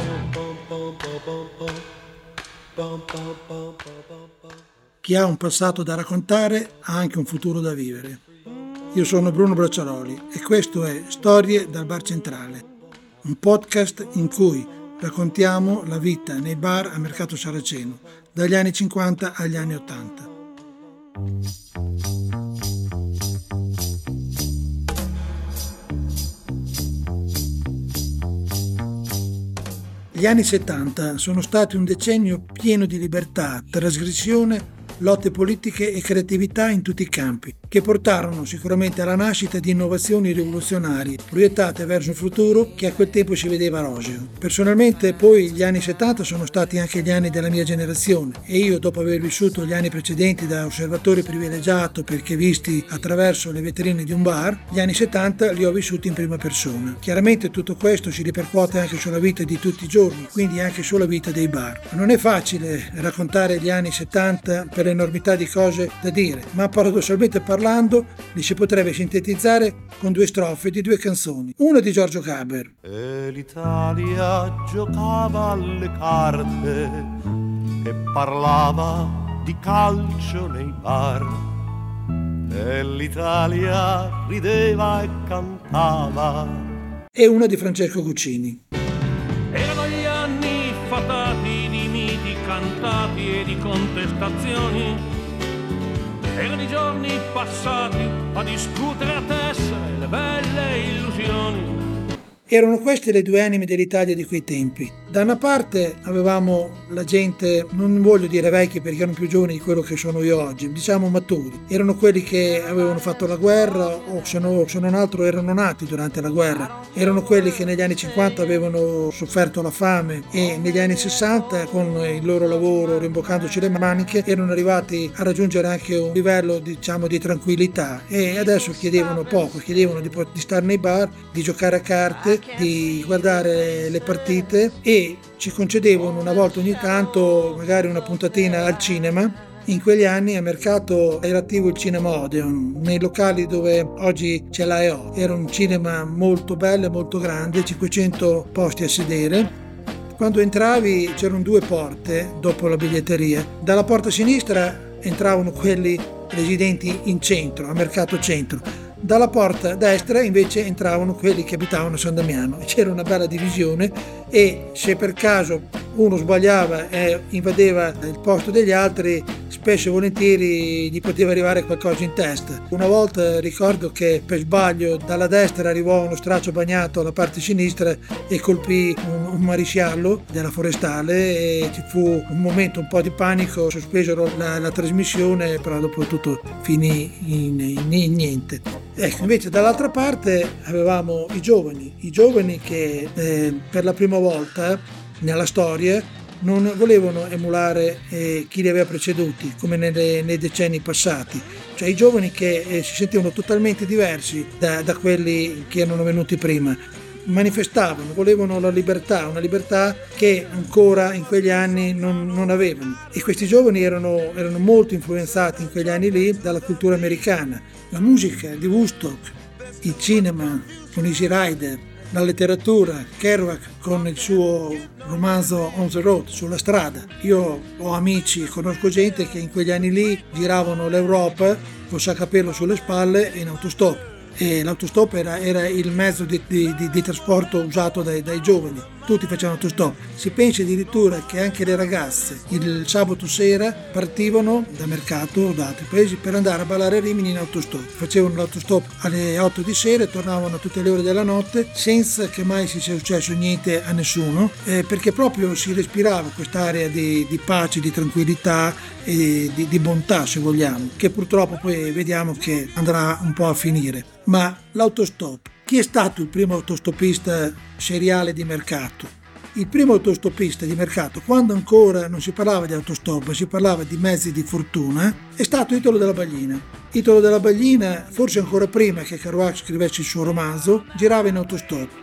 Chi ha un passato da raccontare ha anche un futuro da vivere. Io sono Bruno Bracciaroli e questo è Storie dal Bar Centrale, un podcast in cui raccontiamo la vita nei bar a Mercato Saraceno, dagli anni 50 agli anni 80. Gli anni 70 sono stati un decennio pieno di libertà, trasgressione, lotte politiche e creatività in tutti i campi, che portarono sicuramente alla nascita di innovazioni rivoluzionarie, proiettate verso un futuro che a quel tempo si vedeva roseo. Personalmente poi gli anni 70 sono stati anche gli anni della mia generazione e io, dopo aver vissuto gli anni precedenti da osservatore privilegiato perché visti attraverso le vetrine di un bar, gli anni 70 li ho vissuti in prima persona. Chiaramente tutto questo si ripercuote anche sulla vita di tutti i giorni, quindi anche sulla vita dei bar. Non è facile raccontare gli anni 70 per l'enormità di cose da dire, ma paradossalmente parlando li si potrebbe sintetizzare con due strofe di due canzoni. Una di Giorgio Gaber. E l'Italia giocava alle carte e parlava di calcio nei bar. E l'Italia rideva e cantava. E una di Francesco Guccini. Erano gli anni fatati di miti cantati e di contestazioni. Erano i giorni passati a discutere a tessere le belle illusioni. Erano queste le due anime dell'Italia di quei tempi. Da una parte avevamo la gente, non voglio dire vecchi perché erano più giovani di quello che sono io oggi, diciamo maturi. Erano quelli che avevano fatto la guerra o se non altro erano nati durante la guerra. Erano quelli che negli anni 50 avevano sofferto la fame e negli anni 60 con il loro lavoro rimboccandoci le maniche erano arrivati a raggiungere anche un livello diciamo di tranquillità e adesso chiedevano poco, chiedevano di stare nei bar, di giocare a carte, di guardare le partite e ci concedevano una volta ogni tanto magari una puntatina al cinema. In quegli anni a Mercato era attivo il Cinema Odeon, nei locali dove oggi c'è la EO. Era un cinema molto bello e molto grande, 500 posti a sedere. Quando entravi c'erano due porte dopo la biglietteria. Dalla porta sinistra entravano quelli residenti in centro, a Mercato Centro. Dalla porta destra invece entravano quelli che abitavano a San Damiano. C'era una bella divisione e se per caso uno sbagliava e invadeva il posto degli altri, spesso e volentieri gli poteva arrivare qualcosa in testa. Una volta ricordo che per sbaglio dalla destra arrivò uno straccio bagnato alla parte sinistra e colpì un maresciallo della forestale e ci fu un momento un po' di panico, sospesero la trasmissione, però dopo tutto finì in niente. Ecco, invece dall'altra parte avevamo i giovani che per la prima volta nella storia non volevano emulare chi li aveva preceduti come nei decenni passati, cioè i giovani che si sentivano totalmente diversi da quelli che erano venuti prima. Manifestavano, volevano la libertà, una libertà che ancora in quegli anni non avevano e questi giovani erano molto influenzati in quegli anni lì dalla cultura americana, la musica di Woodstock, il cinema con Easy Rider, la letteratura, Kerouac con il suo romanzo On the Road, sulla strada. Io ho amici, conosco gente che in quegli anni lì giravano l'Europa con sacca-pelo sulle spalle in autostop. E l'autostop era il mezzo di trasporto usato dai giovani. Tutti facevano autostop. Si pensa addirittura che anche le ragazze il sabato sera partivano da Mercato o da altri paesi per andare a ballare a Rimini in autostop. Facevano l'autostop alle 8 di sera e tornavano a tutte le ore della notte senza che mai si sia successo niente a nessuno, perché proprio si respirava quest'area di pace, di tranquillità e di bontà, se vogliamo, che purtroppo poi vediamo che andrà un po' a finire. Ma l'autostop, chi è stato il primo autostopista seriale di Mercato? Il primo autostopista di Mercato, quando ancora non si parlava di autostop, si parlava di mezzi di fortuna, è stato Italo Della Baglina. Italo Della Baglina, forse ancora prima che Kerouac scrivesse il suo romanzo, girava in autostop.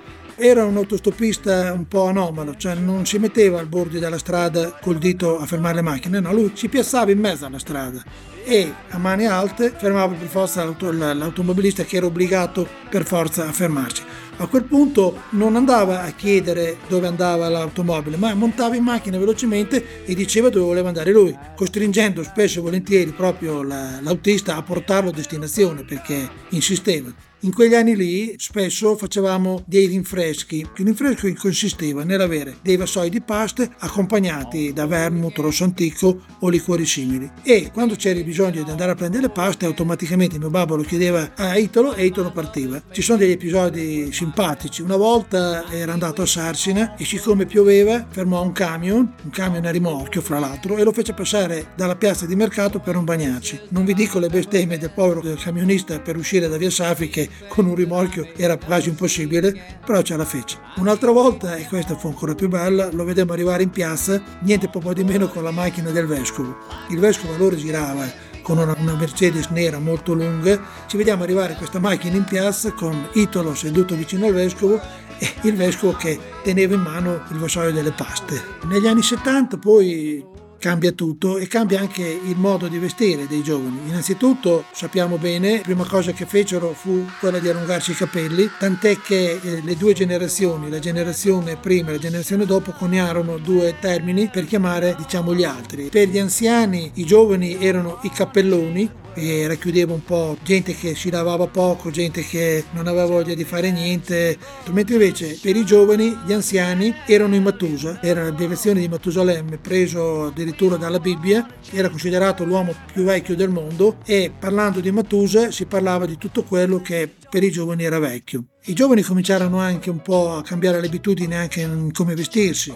Era un autostoppista un po' anomalo, cioè non si metteva al bordo della strada col dito a fermare le macchine, no, lui si piazzava in mezzo alla strada e a mani alte fermava per forza l'automobilista, che era obbligato per forza a fermarsi. A quel punto non andava a chiedere dove andava l'automobile, ma montava in macchina velocemente e diceva dove voleva andare lui, costringendo spesso e volentieri proprio l'autista a portarlo a destinazione, perché insisteva. In quegli anni lì spesso facevamo dei rinfreschi. Il rinfresco consisteva nell'avere dei vassoi di paste accompagnati da vermouth, rosso antico o liquori simili. E quando c'era bisogno di andare a prendere le paste, automaticamente mio babbo lo chiedeva a Italo e Italo partiva. Ci sono degli episodi simpatici. Una volta era andato a Sarsina e siccome pioveva fermò un camion a rimorchio fra l'altro, e lo fece passare dalla piazza di mercato per non bagnarci. Non vi dico le bestemmie del povero camionista per uscire da Via Safi, che con un rimorchio era quasi impossibile, però ce la fece. Un'altra volta, e questa fu ancora più bella, lo vedemmo arrivare in piazza, niente po' di meno con la macchina del vescovo. Il vescovo allora girava con una Mercedes nera molto lunga, ci vediamo arrivare questa macchina in piazza con Italo seduto vicino al vescovo e il vescovo che teneva in mano il vassoio delle paste. Negli anni 70 poi cambia tutto e cambia anche il modo di vestire dei giovani. Innanzitutto sappiamo bene, la prima cosa che fecero fu quella di allungarsi i capelli, tant'è che le due generazioni, la generazione prima e la generazione dopo, coniarono due termini per chiamare, diciamo, gli altri. Per gli anziani, i giovani erano i cappelloni, e racchiudeva un po' gente che si lavava poco, gente che non aveva voglia di fare niente, mentre invece per i giovani, gli anziani, erano i Matusa, era l'abbreviazione di Matusalemme, preso addirittura dalla Bibbia, era considerato l'uomo più vecchio del mondo, e parlando di Matusa si parlava di tutto quello che per i giovani era vecchio. I giovani cominciarono anche un po' a cambiare le abitudini anche in come vestirsi.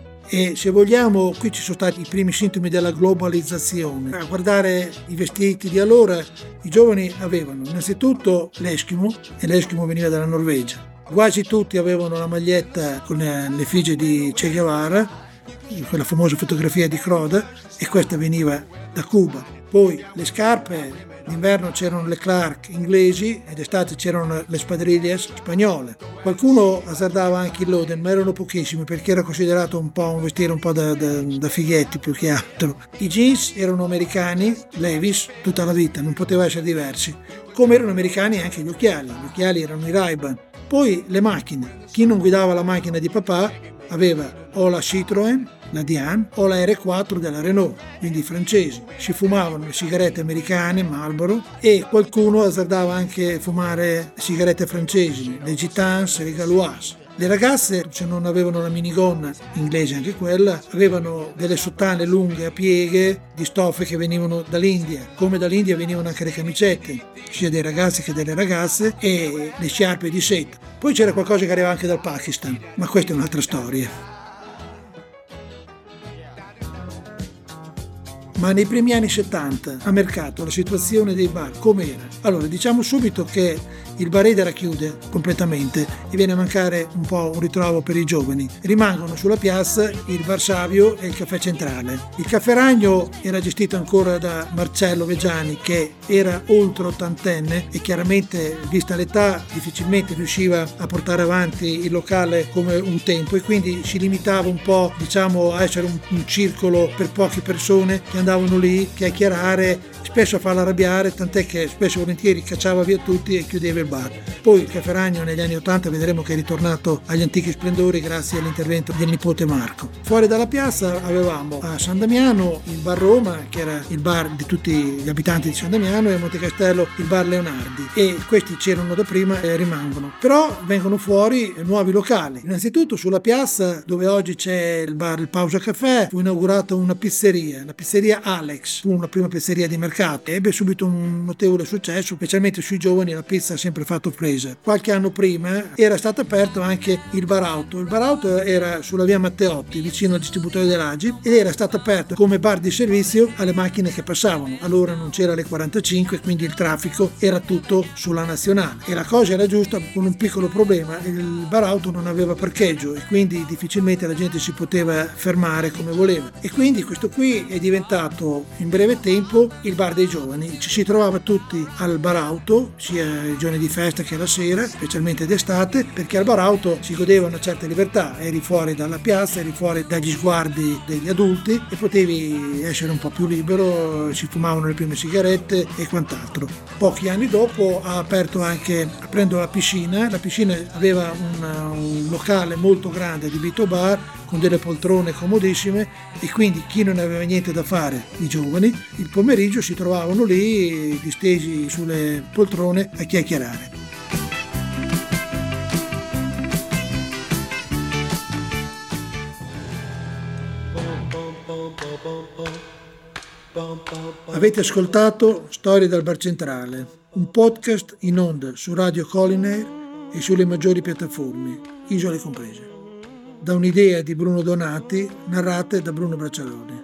E se vogliamo, qui ci sono stati i primi sintomi della globalizzazione. A guardare i vestiti di allora, i giovani avevano innanzitutto l'Eskimo, e l'Eskimo veniva dalla Norvegia. Quasi tutti avevano la maglietta con l'effigie di Che Guevara, quella famosa fotografia di Croda, e questa veniva da Cuba. Poi le scarpe, d'inverno c'erano le Clark inglesi ed d'estate c'erano le Spadrilles spagnole. Qualcuno azzardava anche il Loden, ma erano pochissimi perché era considerato un po' un vestire un po' da fighetti più che altro. I jeans erano americani, Levi's, tutta la vita, non poteva essere diversi. Come erano americani anche gli occhiali erano i Ray-Ban. Poi le macchine, chi non guidava la macchina di papà aveva o la Citroën, la Diane, o la R4 della Renault, quindi i francesi. Si fumavano le sigarette americane, Marlboro, e qualcuno azzardava anche fumare sigarette francesi, le Gitans, le Gauloise. Le ragazze, se non avevano la minigonna, inglese anche quella, avevano delle sottane lunghe a pieghe di stoffe che venivano dall'India, come dall'India venivano anche le camicette, sia dei ragazzi che delle ragazze, e le sciarpe di seta. Poi c'era qualcosa che arrivava anche dal Pakistan, ma questa è un'altra storia. Ma nei primi anni 70 a mercato la situazione dei bar com'era? Allora, diciamo subito che il bar Edera chiude completamente e viene a mancare un po' un ritrovo per i giovani. Rimangono sulla piazza il Bar Savio e il Caffè Centrale. Il Caffè Ragno era gestito ancora da Marcello Veggiani, che era oltre ottantenne e chiaramente, vista l'età, difficilmente riusciva a portare avanti il locale come un tempo, e quindi si limitava un po', diciamo, a essere un circolo per poche persone che andavano lì a chiacchierare, spesso a farla arrabbiare, tant'è che spesso e volentieri cacciava via tutti e chiudeva il bar. Poi il Caffè Ragno negli anni 80 vedremo che è ritornato agli antichi splendori grazie all'intervento del nipote Marco. Fuori dalla piazza avevamo a San Damiano il Bar Roma, che era il bar di tutti gli abitanti di San Damiano, e a Monte Castello il Bar Leonardi, e questi c'erano da prima e rimangono. Però vengono fuori nuovi locali. Innanzitutto sulla piazza, dove oggi c'è il bar Il Pausa Caffè, fu inaugurata una pizzeria, la pizzeria Alex, fu una prima pizzeria di mercato. Ebbe subito un notevole successo, specialmente sui giovani. La pizza ha sempre fatto presa. Qualche anno prima era stato aperto anche il Bar Auto. Il Bar Auto era sulla via Matteotti, vicino al distributore dell'Agi, ed era stato aperto come bar di servizio alle macchine che passavano. Allora non c'era le 45, quindi il traffico era tutto sulla nazionale, e la cosa era giusta, con un piccolo problema: il Bar Auto non aveva parcheggio e quindi difficilmente la gente si poteva fermare come voleva, e quindi questo qui è diventato in breve tempo il bar dei giovani. Ci si trovava tutti al Bar Auto, sia i giovani di festa che la sera, specialmente d'estate, perché al bar auto si godeva una certa libertà, eri fuori dalla piazza, eri fuori dagli sguardi degli adulti e potevi essere un po' più libero, si fumavano le prime sigarette e quant'altro. Pochi anni dopo ha aperto anche, aprendo la piscina aveva un locale molto grande adibito bar con delle poltrone comodissime, e quindi chi non aveva niente da fare, i giovani, il pomeriggio si trovavano lì distesi sulle poltrone a chiacchierare. Avete ascoltato Storie dal Bar Centrale, un podcast in onda su Radio Collinaire e sulle maggiori piattaforme, isole comprese, da un'idea di Bruno Donati, narrate da Bruno Braccialone.